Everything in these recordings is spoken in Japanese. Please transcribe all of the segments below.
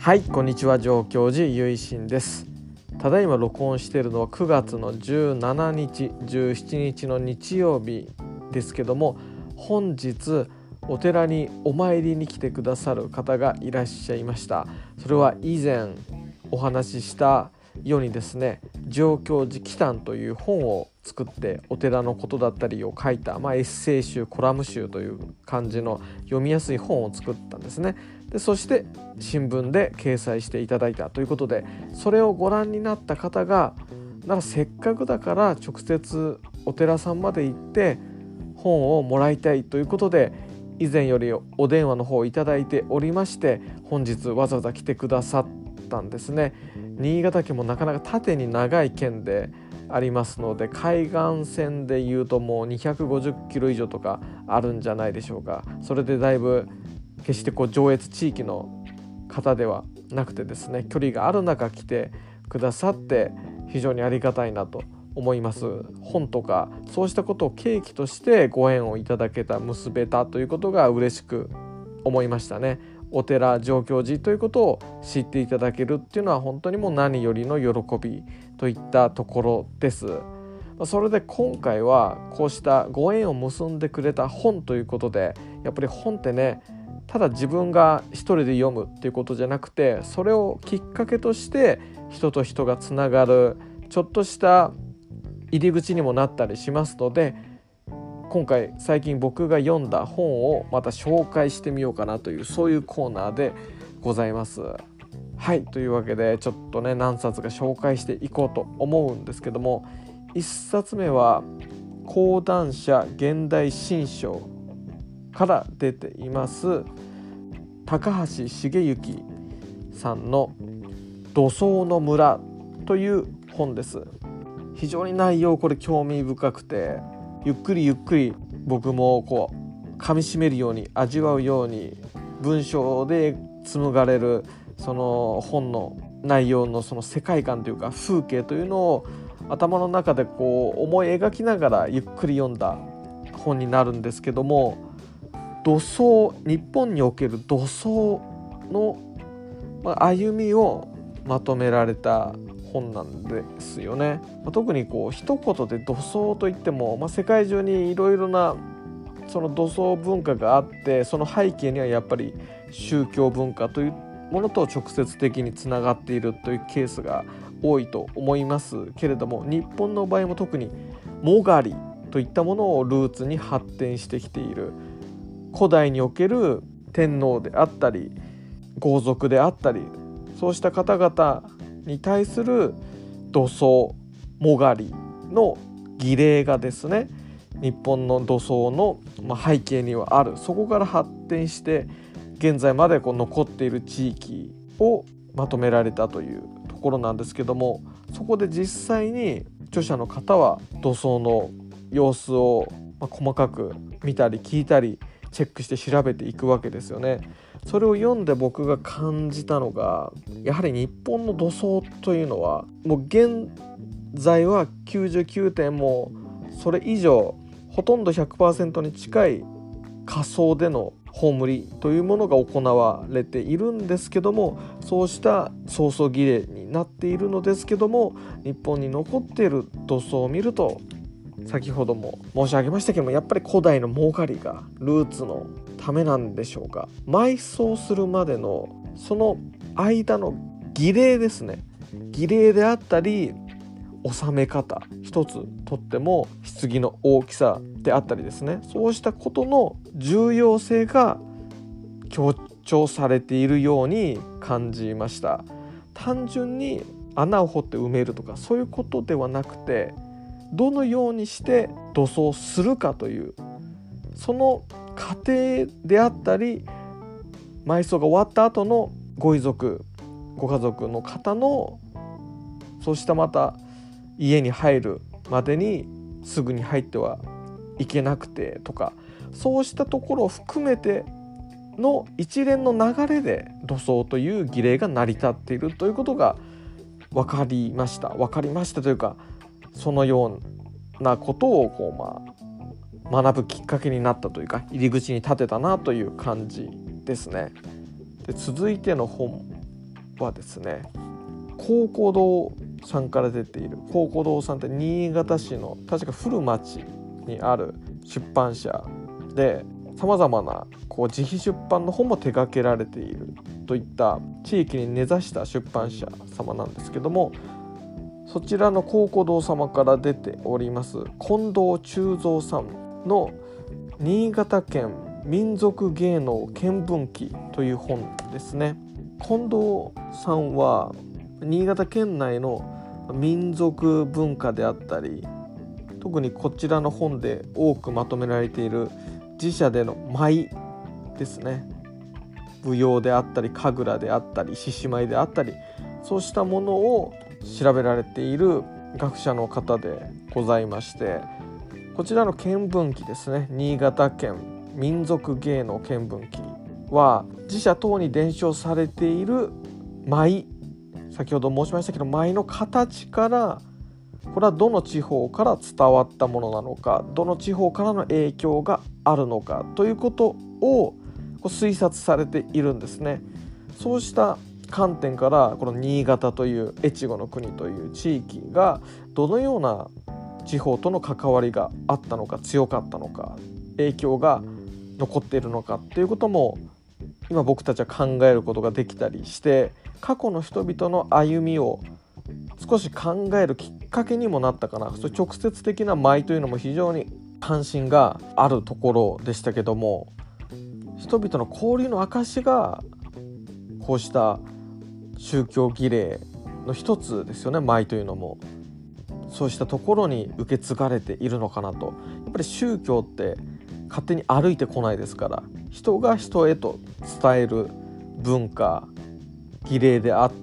はい、こんにちは。上京寺ゆいしんです。ただいま録音しているのは9月の17日、17日の日曜日ですけども、本日お寺にお参りに来てくださる方がいらっしゃいました。それは以前お話ししたようにですね、上京寺奇譚という本を作ってお寺のことだったりを書いた、エッセイ集、コラム集という感じの読みやすい本を作ったんですね。でそして新聞で掲載していただいたということで、それをご覧になった方がせっかくだから直接お寺さんまで行って本をもらいたいということで、以前よりお電話の方をいただいておりまして、本日わざわざ来てくださったんですね。新潟県もなかなか縦に長い県でありますので、海岸線でいうともう250キロ以上とかあるんじゃないでしょうか。それでだいぶ決して上越地域の方ではなくてですね、距離がある中来てくださって非常にありがたいなと思います。本とかそうしたことを契機としてご縁をいただけた、結べたということが嬉しく思いましたね。お寺、上京寺ということを知っていただけるっていうのは本当にもう何よりの喜びといったところです。それで今回はこうしたご縁を結んでくれた本ということで、やっぱり本ってね、ただ自分が一人で読むっていうことじゃなくて、それをきっかけとして人と人がつながるちょっとした入り口にもなったりしますので、今回最近僕が読んだ本をまた紹介してみようかなという、そういうコーナーでございます。はい、というわけでちょっとね、何冊か紹介していこうと思うんですけども、1冊目は講談社現代新書から出ています高橋茂之さんの土葬の村という本です。非常に内容これ興味深くて、ゆっくり僕も噛み締めるように味わうように文章で紡がれるその本の内容のその世界観というか風景というのを頭の中で思い描きながらゆっくり読んだ本になるんですけども、土葬、日本における土葬の歩みをまとめられた本なんですよね。特に一言で土葬といっても、世界中にいろいろなその土葬文化があって、その背景にはやっぱり宗教文化というものと直接的につながっているというケースが多いと思いますけれども、日本の場合も特にもがりといったものをルーツに発展してきている、古代における天皇であったり豪族であったり、そうした方々に対する土葬、もがりの儀礼がですね、日本の土葬の背景にはある。そこから発展して現在まで残っている地域をまとめられたというところなんですけども、そこで実際に著者の方は土葬の様子を細かく見たり聞いたりチェックして調べていくわけですよね。それを読んで僕が感じたのが、やはり日本の土葬というのはもう現在は 99. もそれ以上、ほとんど 100% に近い仮葬での葬りというものが行われているんですけども、そうした葬送儀礼になっているのですけども、日本に残っている土葬を見ると、先ほども申し上げましたけども、やっぱり古代の儲かりがルーツのためなんでしょうか。埋葬するまでのその間の儀礼ですね、儀礼であったり納め方一つとっても、棺の大きさであったりですね、そうしたことの重要性が強調されているように感じました。単純に穴を掘って埋めるとかそういうことではなくて、どのようにして土葬するかというその過程であったり、埋葬が終わった後のご遺族ご家族の方のそうしたまた家に入るまでにすぐに入ってはいけなくてとか、そうしたところを含めての一連の流れで土葬という儀礼が成り立っているということが分かりましたというか、そのようなことを学ぶきっかけになったというか、入り口に立てたなという感じですね。で続いての本はですね、高古堂さんから出ている、高古堂さんって新潟市の確か古町にある出版社で、さまざまな自費出版の本も手掛けられているといった地域に根ざした出版社様なんですけども、そちらの高古堂様から出ております近藤忠三さんの新潟県民族芸能見聞記という本ですね。近藤さんは新潟県内の民族文化であったり、特にこちらの本で多くまとめられている自社での舞ですね、舞踊であったり神楽であったり獅子舞であったり、そうしたものを調べられている学者の方でございまして、こちらの見聞記ですね、新潟県民族芸能見聞記は自社等に伝承されている舞、先ほど申しましたけど舞の形から、これはどの地方から伝わったものなのか、どの地方からの影響があるのかということを推察されているんですね。そうした観点からこの新潟という越後の国という地域がどのような地方との関わりがあったのか、強かったのか、影響が残っているのかっていうことも今僕たちは考えることができたりして、過去の人々の歩みを少し考えるきっかけにもなったかな。そういう直接的な舞というのも非常に関心があるところでしたけども、人々の交流の証がこうした宗教儀礼の一つですよね。舞というのもそうしたところに受け継がれているのかなと。やっぱり宗教って勝手に歩いてこないですから、人が人へと伝える文化儀礼であって、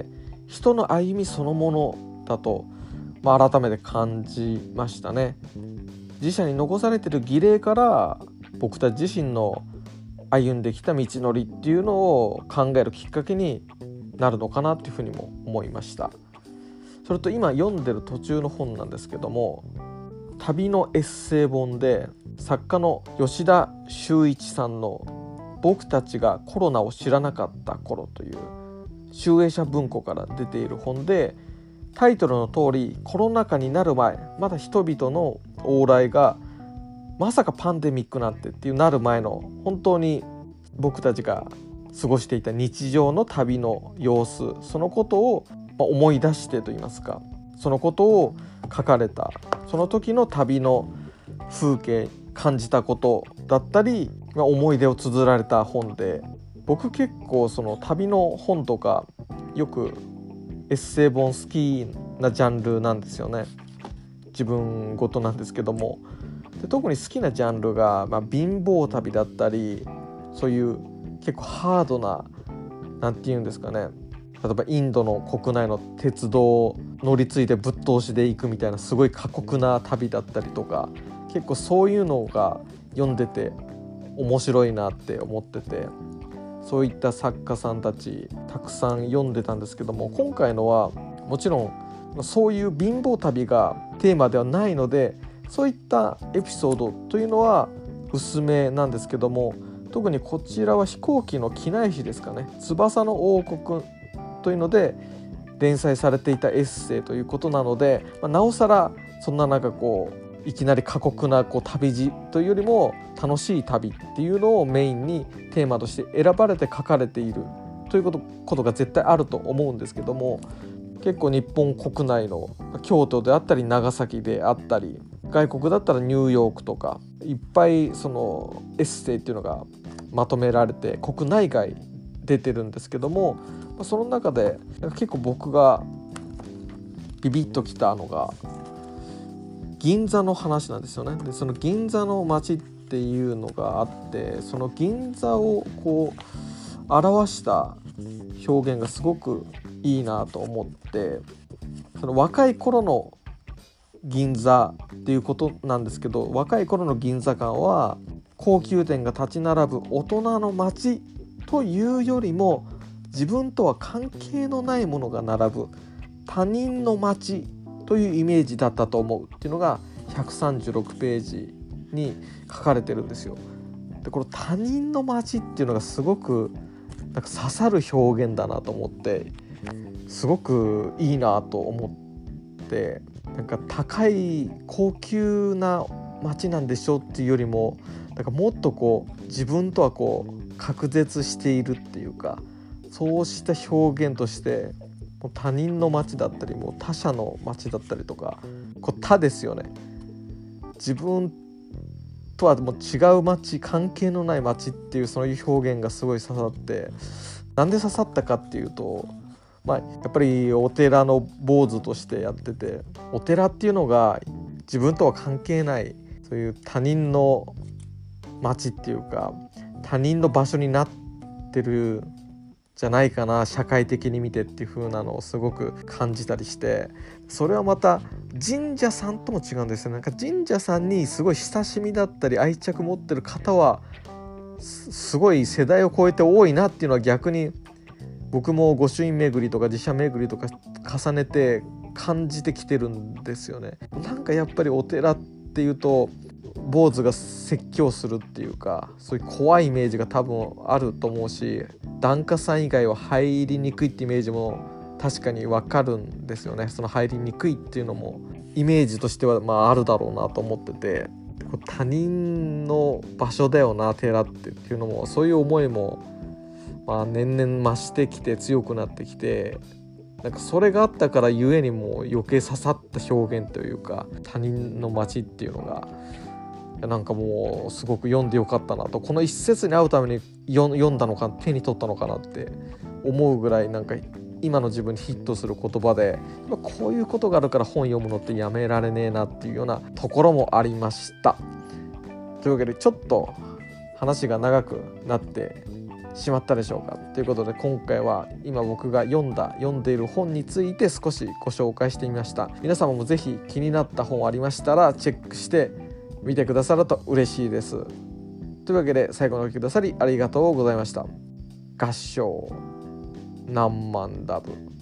人の歩みそのものだと、改めて感じましたね。自社に残されている儀礼から僕たち自身の歩んできた道のりっていうのを考えるきっかけになるのかなっていうふうにも思いました。それと今読んでる途中の本なんですけども、旅のエッセイ本で作家の吉田修一さんの僕たちがコロナを知らなかった頃という集英社文庫から出ている本で、タイトルの通りコロナ禍になる前、まだ人々の往来がまさかパンデミックなんてっていうなる前の、本当に僕たちが過ごしていた日常の旅の様子、そのことを思い出してといいますか、そのことを書かれた、その時の旅の風景、感じたことだったり、思い出を綴られた本で、僕結構その旅の本とかよくエッセイ本好きなジャンルなんですよね。自分ごとなんですけども、で特に好きなジャンルが、貧乏旅だったり、そういう結構ハードな、なんていうんですかね、例えばインドの国内の鉄道を乗り継いでぶっ通しで行くみたいなすごい過酷な旅だったりとか、結構そういうのが読んでて面白いなって思ってて、そういった作家さんたちたくさん読んでたんですけども、今回のはもちろんそういう貧乏旅がテーマではないので、そういったエピソードというのは薄めなんですけども、特にこちらは飛行機の機内誌ですかね、翼の王国というので連載されていたエッセイということなので、なおさらそんないきなり過酷な旅路というよりも楽しい旅っていうのをメインにテーマとして選ばれて書かれているということが絶対あると思うんですけども、結構日本国内の京都であったり長崎であったり、外国だったらニューヨークとかいっぱいそのエッセイっていうのがまとめられて国内外出てるんですけども、その中で結構僕がビビッときたのが銀座の話なんですよね。でその銀座の街っていうのがあって、その銀座を表した表現がすごくいいなと思って、その若い頃の銀座っていうことなんですけど、若い頃の銀座間は高級店が立ち並ぶ大人の街というよりも、自分とは関係のないものが並ぶ他人の街というイメージだったと思うっていうのが136ページに書かれてるんですよ。でこの他人の街っていうのがすごくなんか刺さる表現だなと思って、すごくいいなと思って、なんか高い高級な街なんでしょっていうよりも、なんかもっとこう自分とはこう隔絶しているっていうか、そうした表現としてもう他人の街だったり、もう他者の街だったりとか、こう他ですよね。自分とはもう違う街、関係のない街っていうそういう表現がすごい刺さって、なんで刺さったかっていうと、やっぱりお寺の坊主としてやってて、お寺っていうのが自分とは関係ないそういう他人の街っていうか、他人の場所になってるじゃないかな、社会的に見てっていう風なのをすごく感じたりして、それはまた神社さんとも違うんですよ。なんか神社さんにすごい親しみだったり愛着持ってる方はすごい世代を超えて多いなっていうのは、逆に僕も御朱印巡りとか寺社巡りとか重ねて感じてきてるんですよね。なんかやっぱりお寺っていうと坊主が説教するっていうか、そういう怖いイメージが多分あると思うし、檀家さん以外は入りにくいってイメージも確かに分かるんですよね。その入りにくいっていうのもイメージとしてはあるだろうなと思ってて、他人の場所だよな寺っていうのも、そういう思いも年々増してきて強くなってきて、なんかそれがあったからゆえにも余計刺さった表現というか、他人の街っていうのがなんかもうすごく読んでよかったなと、この一節に会うために読んだのか手に取ったのかなって思うぐらい、なんか今の自分にヒットする言葉で、こういうことがあるから本読むのってやめられねえなっていうようなところもありました。というわけでちょっと話が長くなってしまったでしょうか。ということで今回は今僕が読んでいる本について少しご紹介してみました。皆様もぜひ気になった本ありましたらチェックして見てくださると嬉しいです。というわけで最後までお聞きくださりありがとうございました。合唱何万ダブ。